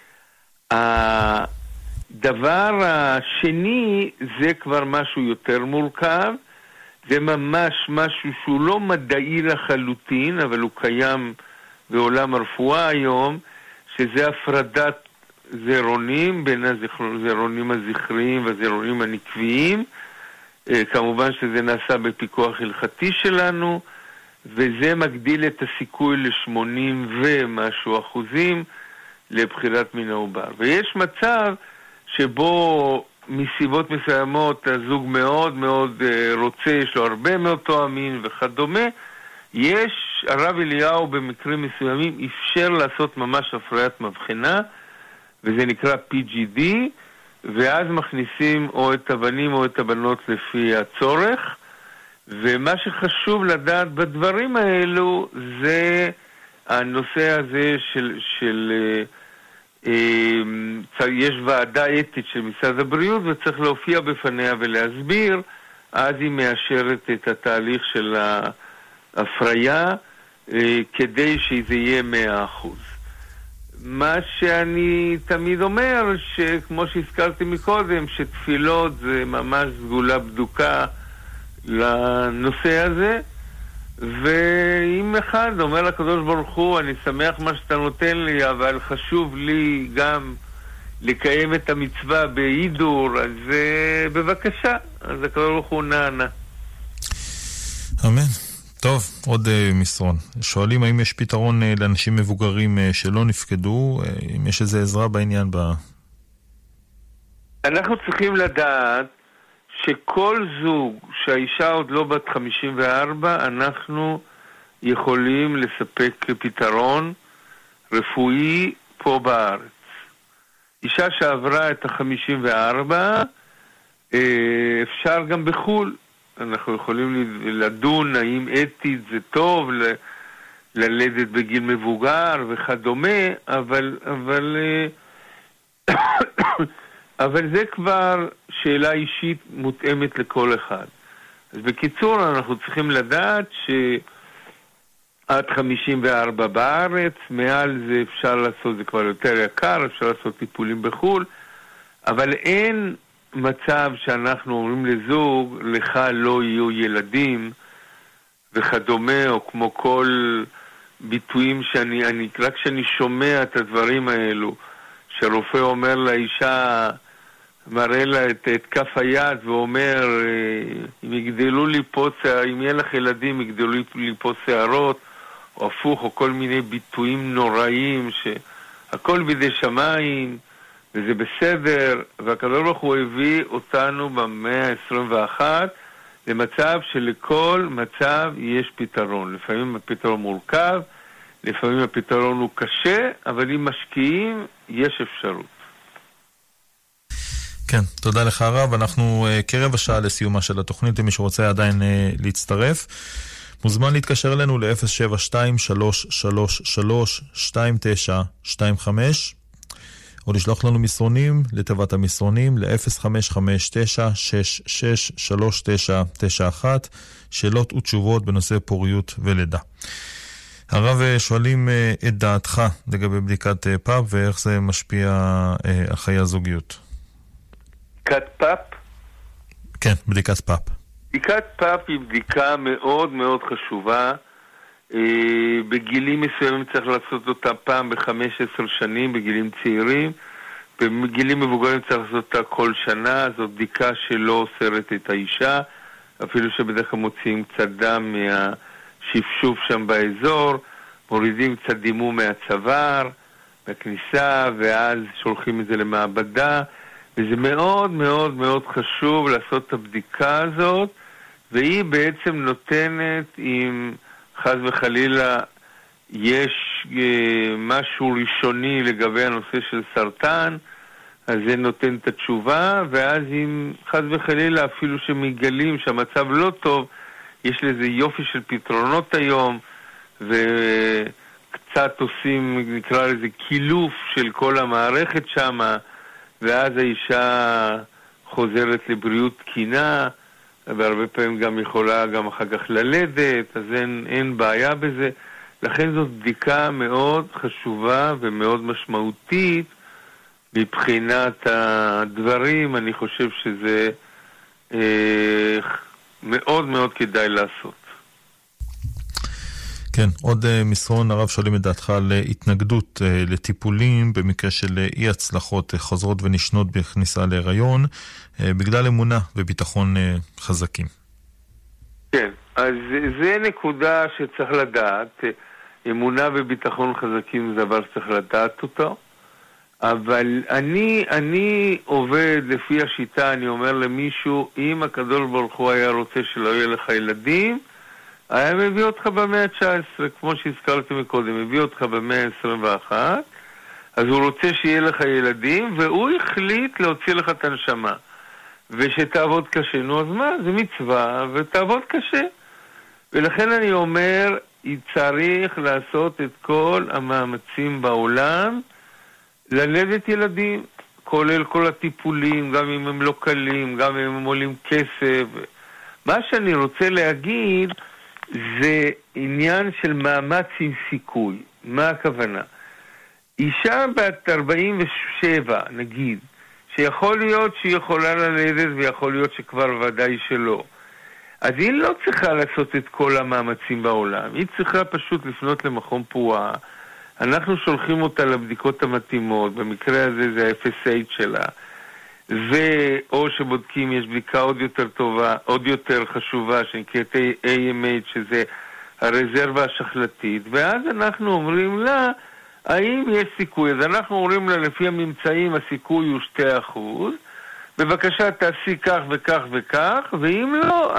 הדבר השני זה כבר משהו יותר מורכב, זה ממש משהו שהוא לא מדעי לחלוטין, אבל הוא קיים בעולם הרפואה היום, שזה הפרדת זרעונים בין הזרעונים הזכריים והזרעונים הנקביים. כמובן שזה נעשה בפיקוח הלכתי שלנו, וזה מגדיל את הסיכוי ל-80 ומשהו אחוזים לבחירת מין העובר. ויש מצב שבו מסיבות מסוימות הזוג מאוד מאוד רוצה, יש לו הרבה מאוד תואמים וכדומה, הרב אליהו במקרים מסוימים אפשר לעשות ממש הפריית מבחנה, וזה נקרא PGD, ואז מכניסים או את הבנים או את הבנות לפי הצורך, ומה שחשוב לדעת בדברים האלו זה הנושא הזה יש ועדה אתית של משרד הבריאות וצריך להופיע בפניה ולהסביר, אז היא מאשרת את התהליך של ההפריה כדי שזה יהיה 100%. מה שאני תמיד אומר, שכמו שהזכרתי מקודם, שתפילות זה ממש סגולה בדוקה לנושא הזה, ואם אחד אומר לקדוש ברוך הוא, אני שמח מה שאתה נותן לי, אבל חשוב לי גם לקיים את המצווה בהידור, אז בבקשה, אז הקדוש ברוך הוא נענה. אמן. טוב, עוד מסרון. שואלים האם יש פתרון לאנשים מבוגרים שלא נפקדו, אם יש איזו עזרה בעניין אנחנו צריכים לדעת שכל זוג שהאישה עוד לא בת 54, אנחנו יכולים לספק פתרון רפואי פה בארץ. אישה שעברה את ה-54, אפשר גם בחול. אנחנו יכולים לדון האם אתית זה טוב ללדת בגיל מבוגר וכדומה, אבל זה כבר שאלה אישית מותאמת לכל אחד. אז בקיצור, אנחנו צריכים לדעת שעד 54 בארץ, מעל זה אפשר לעשות, זה כבר יותר יקר, אפשר לעשות טיפולים בחול, אבל אין מצב שאנחנו אומרים לזוג, לך לא יהיו ילדים וכדומה, או כמו כל ביטויים רק כשאני שומע את הדברים האלו, שרופא אומר לאישה, מראה לה את כף היד ואומר, אם יגדלו לי פה, אם יהיה לך ילדים, יגדלו לי פה שערות, או הפוך, או כל מיני ביטויים נוראים, שהכל בידי שמיים, וזה בסדר, והקדוש ברוך הוא הביא אותנו במאה ה-21 למצב שלכל מצב יש פתרון. לפעמים הפתרון מורכב, לפעמים הפתרון הוא קשה, אבל אם משקיעים, יש אפשרות. כן, תודה לך הרב. אנחנו כרבע שעה לסיומה של התוכנית, למי שרוצה עדיין להצטרף. מוזמן להתקשר אלינו ל-072-333-2925, או לשלוח לנו מסרונים לתיבת המסרונים ל-0559-663991, שאלות ותשובות בנושא פוריות ולידה. הרב, שואלים את דעתך לגבי בדיקת פאפ ואיך זה משפיע על חיי הזוגיות. בדיקת פאפ? כן, בדיקת פאפ. בדיקת פאפ היא בדיקה מאוד מאוד חשובה. בגילים מסוימים צריך לעשות אותה פעם ב-15 שנים, בגילים צעירים. בגילים מבוגרים צריך לעשות אותה כל שנה. זו בדיקה שלא אוסרת את האישה, אפילו שבדרך כלל מוציאים קצת דם מהשפשוף שם באזור, מורידים קצת דימום מהצוואר, בכניסה, ואז שולחים את זה למעבדה. וזה מאוד מאוד מאוד חשוב לעשות את הבדיקה הזאת, והיא בעצם נותנת, אם חס וחלילה יש משהו ראשוני לגבי הנושא של סרטן, אז זה נותן את התשובה, ואז אם חס וחלילה אפילו שמגלים שהמצב לא טוב, יש לזה יופי של פתרונות היום, וקצת עושים, נקרא לזה קילוף של כל המערכת שם, ואז האישה חוזרת לבריאות תקינה, והרבה פעמים גם יכולה גם אחר כך ללדת, אז אין בעיה בזה. לכן זאת בדיקה מאוד חשובה ומאוד משמעותית מבחינת הדברים. אני חושב שזה מאוד מאוד כדאי לעשות. כן, עוד מסרון, הרב, שואלים את דעתך על התנגדות לטיפולים במקרה של אי הצלחות חוזרות ונשנות בכניסה להיריון, בגלל אמונה וביטחון חזקים. כן, אז זה נקודה שצריך לדעת. אמונה וביטחון חזקים זה דבר שצריך לדעת אותו, אבל אני עובד לפי השיטה. אני אומר למישהו, אם הקדוש ברוך הוא היה רוצה שלא יהיה לך ילדים, היה מביא אותך במאה ה-19, כמו שהזכרתי מקודם, מביא אותך במאה ה-21, אז הוא רוצה שיהיה לך ילדים, והוא החליט להוציא לך את הנשמה, ושתעבוד קשה. נו, אז מה? זה מצווה, ותעבוד קשה. ולכן אני אומר, צריך לעשות את כל המאמצים בעולם ללדת ילדים, כולל כל הטיפולים, גם אם הם לא קלים, גם אם הם עולים כסף. מה שאני רוצה להגיד זה עניין של מאמץ עם סיכוי. מה הכוונה? אישה בת 47, נגיד, שיכול להיות שהיא יכולה ללדת ויכול להיות שכבר ודאי שלא. אז היא לא צריכה לעשות את כל המאמצים בעולם. היא צריכה פשוט לפנות למכון פועה. אנחנו שולחים אותה לבדיקות המתאימות, במקרה הזה זה ה-FSH שלה. או שבודקים, יש בדיקה עוד יותר טובה, עוד יותר חשובה, שנקראת AMH, שזה הרזרבה השחלתית, ואז אנחנו אומרים לה, האם יש סיכוי? אז אנחנו אומרים לה, לפי הממצאים, הסיכוי הוא 2%, בבקשה תעשי כך וכך וכך, ואם לא,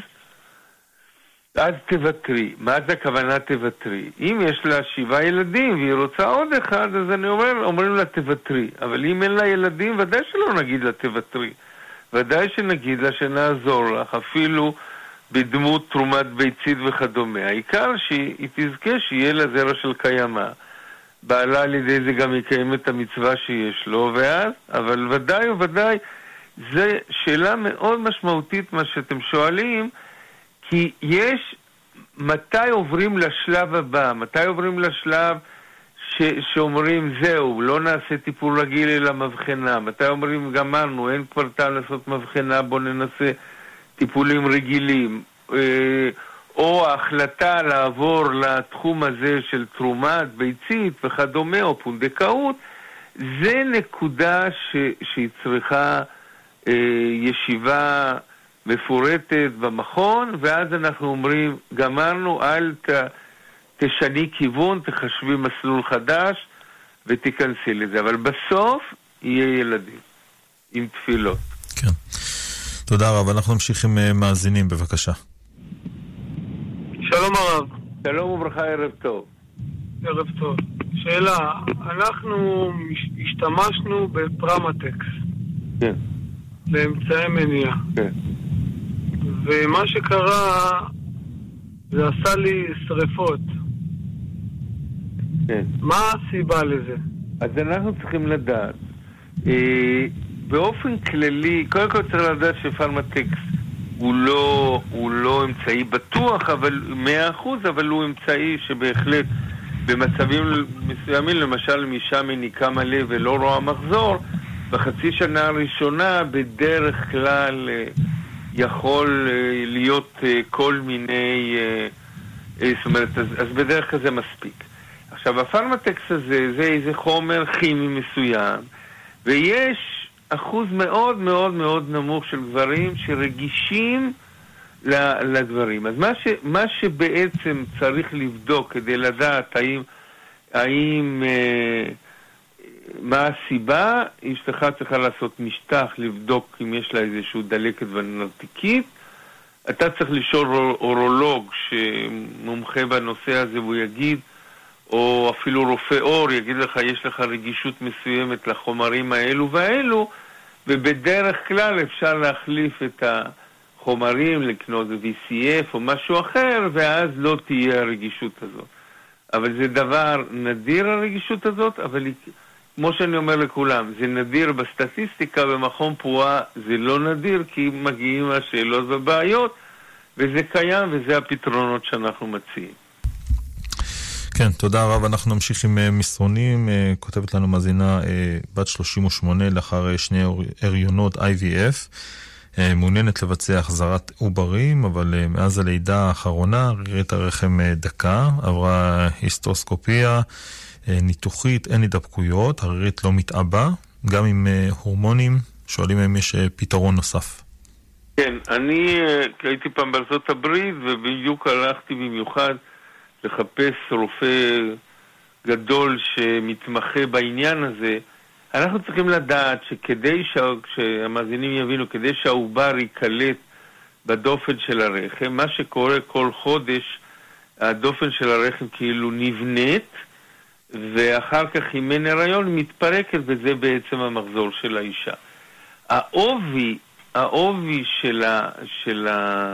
אז תוותרי. מה זה הכוונה תוותרי? אם יש לה 7 ילדים והיא רוצה עוד אחד, אז אומרים לה תוותרי. אבל אם אין לה ילדים, ודאי שלא נגיד לה תוותרי. ודאי שנגיד לה שנעזור לך, אפילו בדמות תרומת ביצית וכדומה. העיקר שהיא תזכה שיהיה לה זרע של קיימה. בעלה על ידי זה גם יקיים את המצווה שיש לו, ואז, אבל ודאי וודאי, זה שאלה מאוד משמעותית מה שאתם שואלים, כי יש, מתי עוברים לשלב הבא? מתי עוברים לשלב שאומרים זהו, לא נעשה טיפול רגיל אלא מבחנה? מתי אומרים גמרנו, אין כבר טעם לעשות מבחנה, בוא ננסה טיפולים רגילים? או ההחלטה לעבור לתחום הזה של תרומת ביצית וכדומה, או פונדקאות, זה נקודה שהיא צריכה ישיבה מפורטת במכון, ואז אנחנו אומרים, גמרנו, אל תשני כיוון, תחשבי מסלול חדש ותיכנסי לזה. אבל בסוף יהיה ילדים, עם תפילות. כן. תודה רב. אנחנו נמשיך עם מאזינים, בבקשה. שלום הרב. שלום וברכה, ערב טוב. ערב טוב. שאלה, אנחנו השתמשנו בפרמטקס. כן. לאמצעי מניעה. כן. ומה שקרה, זה עשה לי שריפות. כן. מה הסיבה לזה? אז אנחנו צריכים לדעת. באופן כללי, קודם כל צריך לדעת שפרמטקס הוא לא אמצעי בטוח, אבל 100%, אבל הוא אמצעי שבהחלט במצבים מסוימים, למשל אישה מניקה מלא ולא רואה מחזור, בחצי שנה הראשונה בדרך כלל יכול להיות כל מיני, זאת אומרת, אז בדרך כלל זה מספיק. עכשיו, הפרמטקס הזה זה איזה חומר כימי מסוים, ויש אחוז מאוד מאוד מאוד נמוך של גברים שרגישים לדברים. אז מה שבעצם צריך לבדוק כדי לדעת האם מה הסיבה, אשתך צריכה לעשות משטח, לבדוק אם יש לה איזשהו דלקת ונרתיקית. אתה צריך לשאול אורולוג שמומחה בנושא הזה, והוא יגיד או אפילו רופא אור יגיד לך, יש לך רגישות מסוימת לחומרים האלו והאלו, ובדרך כלל אפשר להחליף את החומרים, לקנות VCF או משהו אחר, ואז לא תהיה הרגישות הזאת. אבל זה דבר נדיר הרגישות הזאת, אבל כמו שאני אומר לכולם, זה נדיר בסטטיסטיקה, במכון פרועה זה לא נדיר, כי מגיעים השאלות ובעיות, וזה קיים, וזה הפתרונות שאנחנו מציעים. כן, תודה רב. אנחנו נמשיך עם מסרונים. כותבת לנו מאזינה בת 38 לאחר 2 הריונות IVF. מעוניינת לבצע החזרת עוברים, אבל מאז הלידה האחרונה רירית הרחם דקה, עברה היסטרוסקופיה, ניתוחית, אין הידבקויות, הרירית לא מתאבה, גם עם הורמונים. שואלים אם יש פתרון נוסף. כן, אני הייתי פעם בארצות הברית, ובדיוק הלכתי במיוחד לחפש רופא גדול שמתמחה בעניין הזה. אנחנו צריכים לדעת שכדי שהמאזינים יבינו, כדי שהעובר ייקלט בדופן של הרחם, מה שקורה כל חודש, הדופן של הרחם כאילו נבנית, ואחר כך אם אין הריון מתפרקת, וזה בעצם המחזור של האישה. העובי של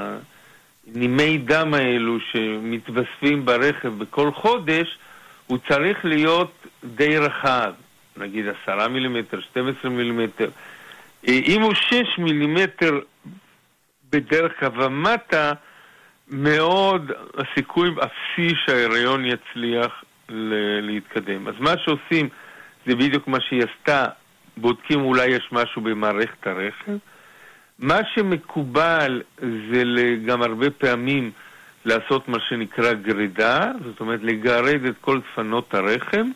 נימי דם האלו שמתווספים ברכב בכל חודש, הוא צריך להיות די רחב, נגיד 10 מילימטר, 12 מילימטר. אם הוא 6 מילימטר בדרך כלל ומטה, מאוד הסיכוי אפסי שההיריון יצליח להתקדם. אז מה שעושים זה בדיוק מה שהיא עשתה, בודקים אולי יש משהו במערכת הרחם. מה שמקובל זה גם הרבה פעמים לעשות מה שנקרא גרידה, זאת אומרת לגרד את כל דפנות הרחם,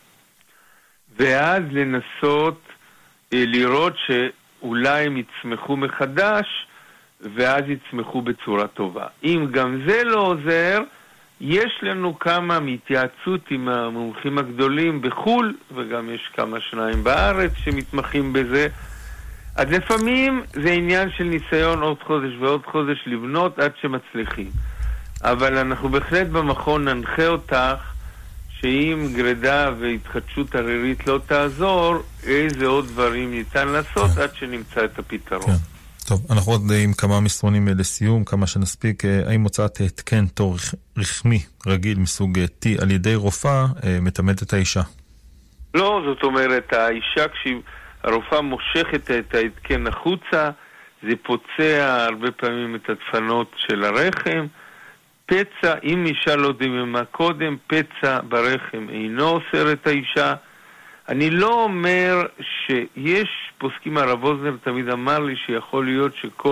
ואז לנסות לראות שאולי הם יצמחו מחדש, ואז יצמחו בצורה טובה. אם גם זה לא עוזר, יש לנו כמה מהתייעצות עם המומחים הגדולים בחול, וגם יש כמה שניים בארץ שמתמחים בזה. אז לפעמים זה עניין של ניסיון עוד חודש ועוד חודש לבנות עד שמצליחים. אבל אנחנו בהחלט במכון ננחה אותך שאם גרידה והתחדשות הרירית לא תעזור, איזה עוד דברים ניתן לעשות עד שנמצא את הפתרון. כן. טוב, אנחנו עוד עם כמה מסרונים לסיום, כמה שנספיק. האם הוצאת התקן תור רחמי רגיל מסוג T על ידי רופאה מתאמת את האישה? לא, זאת אומרת, האישה כשהרופאה מושכת את ההתקן החוצה, זה פוצע הרבה פעמים את הדפנות של הרחם. פצע, אם אישה לא דממה קודם, פצע ברחם אינו אוסר את האישה. אני לא אומר שיש, פוסקים הרב אוזנר תמיד אמר לי שיכול להיות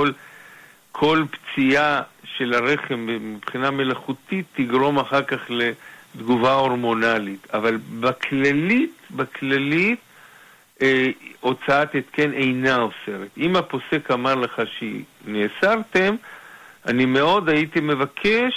שכל פציעה של הרחם מבחינה מלאכותית תגרום אחר כך לתגובה הורמונלית. אבל בכללית, הוצאת התקן אינה אוסרת. אם הפוסק אמר לך שנאסרתם, אני מאוד הייתי מבקש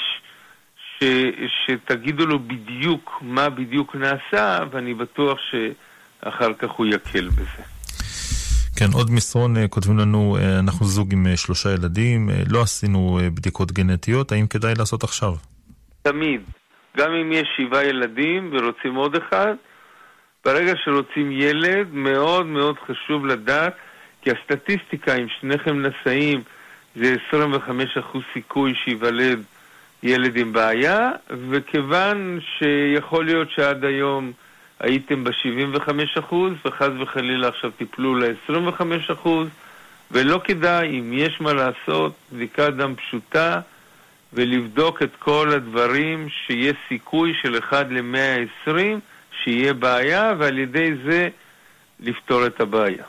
שתגידו לו בדיוק מה בדיוק נעשה, ואני בטוח שאחר כך הוא יקל בזה. כן, עוד מסרון כותבים לנו, אנחנו זוג עם 3 ילדים, לא עשינו בדיקות גנטיות, האם כדאי לעשות עכשיו? תמיד. גם אם יש 7 ילדים ורוצים עוד אחד, ברגע שרוצים ילד, מאוד מאוד חשוב לדעת, כי הסטטיסטיקה, אם שניכם נשאים, זה 25% סיכוי שיוולד ילד עם בעיה, וכיוון שיכול להיות שעד היום הייתם ב-75%, וחז וחלילה עכשיו טיפלו ל-25%, ולא כדאי, אם יש מה לעשות, בדיקת דם פשוטה, ולבדוק את כל הדברים שיש סיכוי של 1 ל-120 שיהיה בעיה, ועל ידי זה לפתור את הבעיה.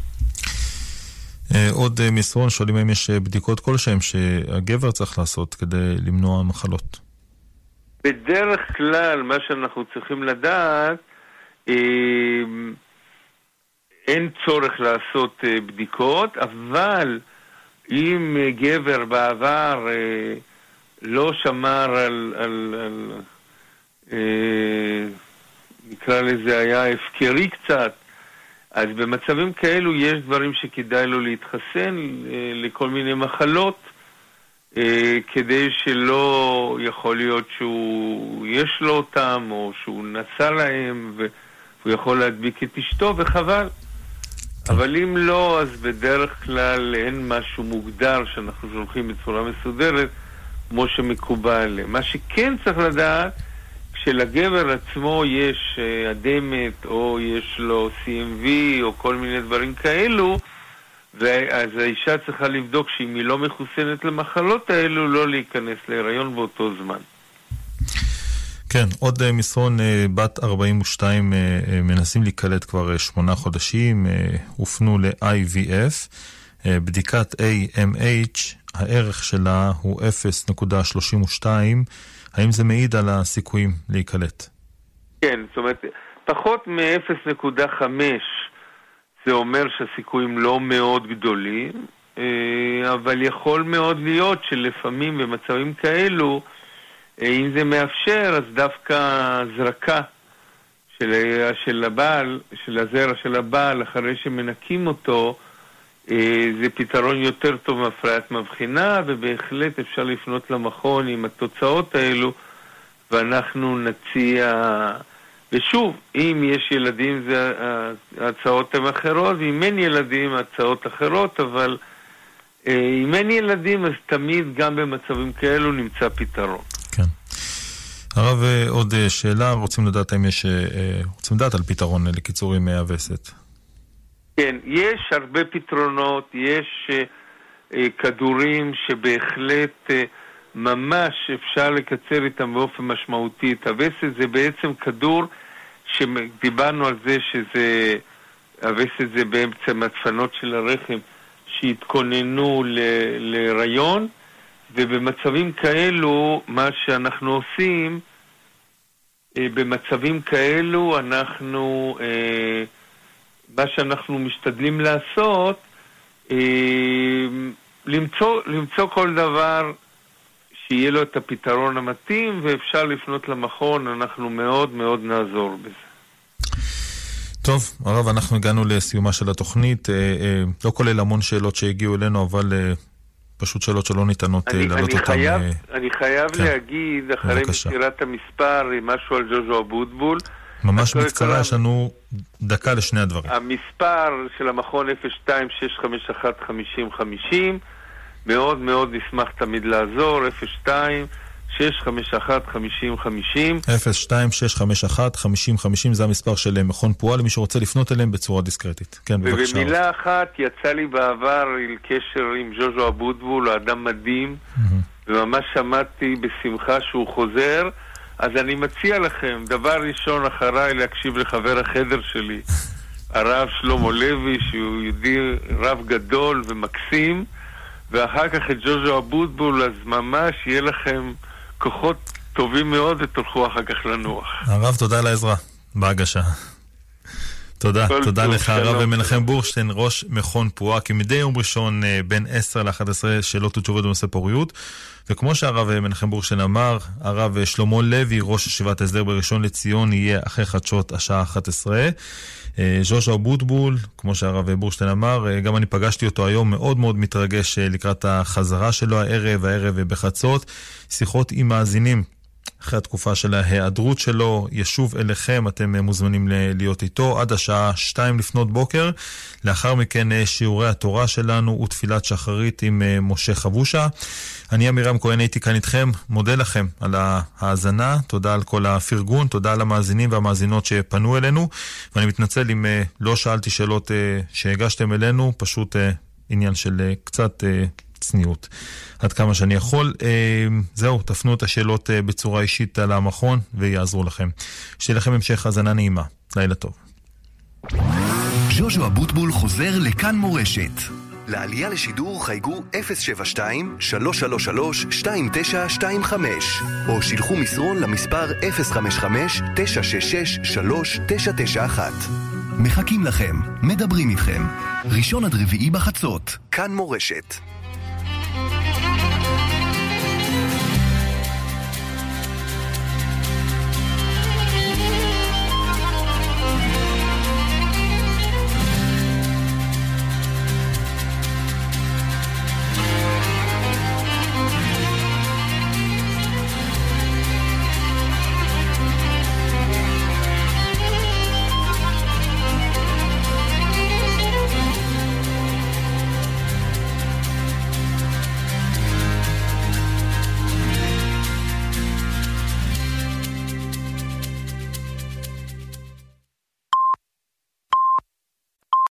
עוד מסרון, שואלים אם יש בדיקות כלשהם שהגבר צריך לעשות כדי למנוע מחלות. בדרך כלל, מה שאנחנו צריכים לדעת, אין צורך לעשות בדיקות, אבל אם גבר בעבר לא שמר על נקרא לזה היה הפקרי קצת, אז במצבים כאלו יש דברים שכדאי לו להתחסן לכל מיני מחלות, כדי שלא יכול להיות שהוא יש לו אותם, או שהוא נסע להם, והוא יכול להדביק את אשתו, וחבל. אבל אם לא, אז בדרך כלל אין משהו מוגדר שאנחנו שולחים בצורה מסודרת, כמו שמקובל. מה שכן צריך לדעת, כשלגבר עצמו יש אדמת, או יש לו CMV, או כל מיני דברים כאלו, אז האישה צריכה לבדוק שאם היא לא מחוסנת למחלות האלו, לא להיכנס להיריון באותו זמן. כן, עוד מסרון, בת 42 מנסים להיקלט כבר 8 חודשים, הופנו ל-IVF, בדיקת AMH, הערך שלה הוא 0.32, האם זה מעיד על הסיכויים להיקלט? כן, זאת אומרת, פחות מ-0.5 זה אומר שהסיכויים לא מאוד גדולים, אבל יכול מאוד להיות שלפעמים במצבים כאלו, אם זה מאפשר, אז דווקא זרקה של הבעל, של הזרע של הבעל, אחרי שמנקים אותו, זה פתרון יותר טוב מהפריית מבחינה, ובהחלט אפשר לפנות למכון עם התוצאות האלו, ואנחנו נציע, ושוב, אם יש ילדים זה הצעות הן אחרות, ואם אין ילדים הצעות אחרות, אבל אם אין ילדים אז תמיד גם במצבים כאלו נמצא פתרון. כן. הרב, עוד שאלה, רוצים לדעת על פתרון לקיצורים מהווסת. כן, יש הרבה פתרונות, יש כדורים שבהחלט ממש אפשר לקצר איתם באופן משמעותי את הווסת. זה בעצם כדור שדיברנו על זה שזה, הווסת זה בעצם הדפנות של הרחם שהתכוננו להיריון, ובמצבים כאלו מה שאנחנו עושים, במצבים כאלו אנחנו מה שאנחנו משתדלים לעשות, למצוא כל דבר שיהיה לו את הפתרון המתאים, ואפשר לפנות למכון, אנחנו מאוד מאוד נעזור בזה. טוב, הרב, אנחנו הגענו לסיומה של התוכנית, לא כולל המון שאלות שהגיעו אלינו, אבל פשוט שאלות שלא ניתנות להעלות אותם. אני חייב להגיד, אחרי מסירת המספר, משהו על ג'וז'ו אבוטבול, ממש בקצרה, יש לנו דקה לשני הדברים. המספר של המכון 02-651-5050, מאוד מאוד נשמח תמיד לעזור, 02-651-5050. 02-651-5050, זה המספר של מכון פועל, למי שרוצה לפנות אליהם בצורה דיסקרטית. כן, בבקשה. ובמילה אחת, יצא לי בעבר קשר עם ג'וז'ו אבוטבול, הוא אדם מדהים, וממש שמעתי בשמחה שהוא חוזר, אז אני מציע לכם, דבר ראשון אחריי להקשיב לחבר החדר שלי, הרב שלמה לוי, שהוא יהודי רב גדול ומקסים, ואחר כך את ג'וז'ו אבוטבול, אז ממש יהיה לכם כוחות טובים מאוד ותלכו אחר כך לנוח. הרב, תודה על העזרה בהגשה. תודה, תודה לך הרב מנחם בורשטיין, ראש מכון פועה, כמדי יום ראשון בין 10 ל-11 שאלות ותשובות בנושא פוריות, וכמו שהרב מנחם בורשטיין אמר, הרב שלמה לוי, ראש ישיבת ההסדר בראשון לציון, יהיה אחרי חדשות השעה 11. ג'וז'ו אבוטבול, כמו שהרב בורשטיין אמר, גם אני פגשתי אותו היום, מאוד מאוד מתרגש לקראת החזרה שלו הערב בחצות, שיחות עם מאזינים אחרי התקופה של ההיעדרות שלו, ישוב אליכם, אתם מוזמנים להיות איתו עד השעה 2 לפנות בוקר. לאחר מכן שיעורי התורה שלנו ותפילת שחרית עם משה חבושה. אני אמירם כהן, הייתי כאן איתכם, מודה לכם על ההאזנה, תודה על כל הפרגון, תודה על המאזינים והמאזינות שפנו אלינו, ואני מתנצל אם לא שאלתי שאלות שהגשתם אלינו, פשוט עניין של קצת צניעות. עד כמה שאני יכול. זהו, תפנו את השאלות בצורה אישית על המכון ויעזרו לכם. שיהיה לכם המשך האזנה נעימה. לילה טוב. ג'וז'ו אבוטבול חוזר לכאן מורשת. לעלייה לשידור חייגו 072-333-2925 או שילחו מסרון למספר 055-966-3991. מחכים לכם, מדברים איתכם. ראשון עד רביעי בחצות. כאן מורשת.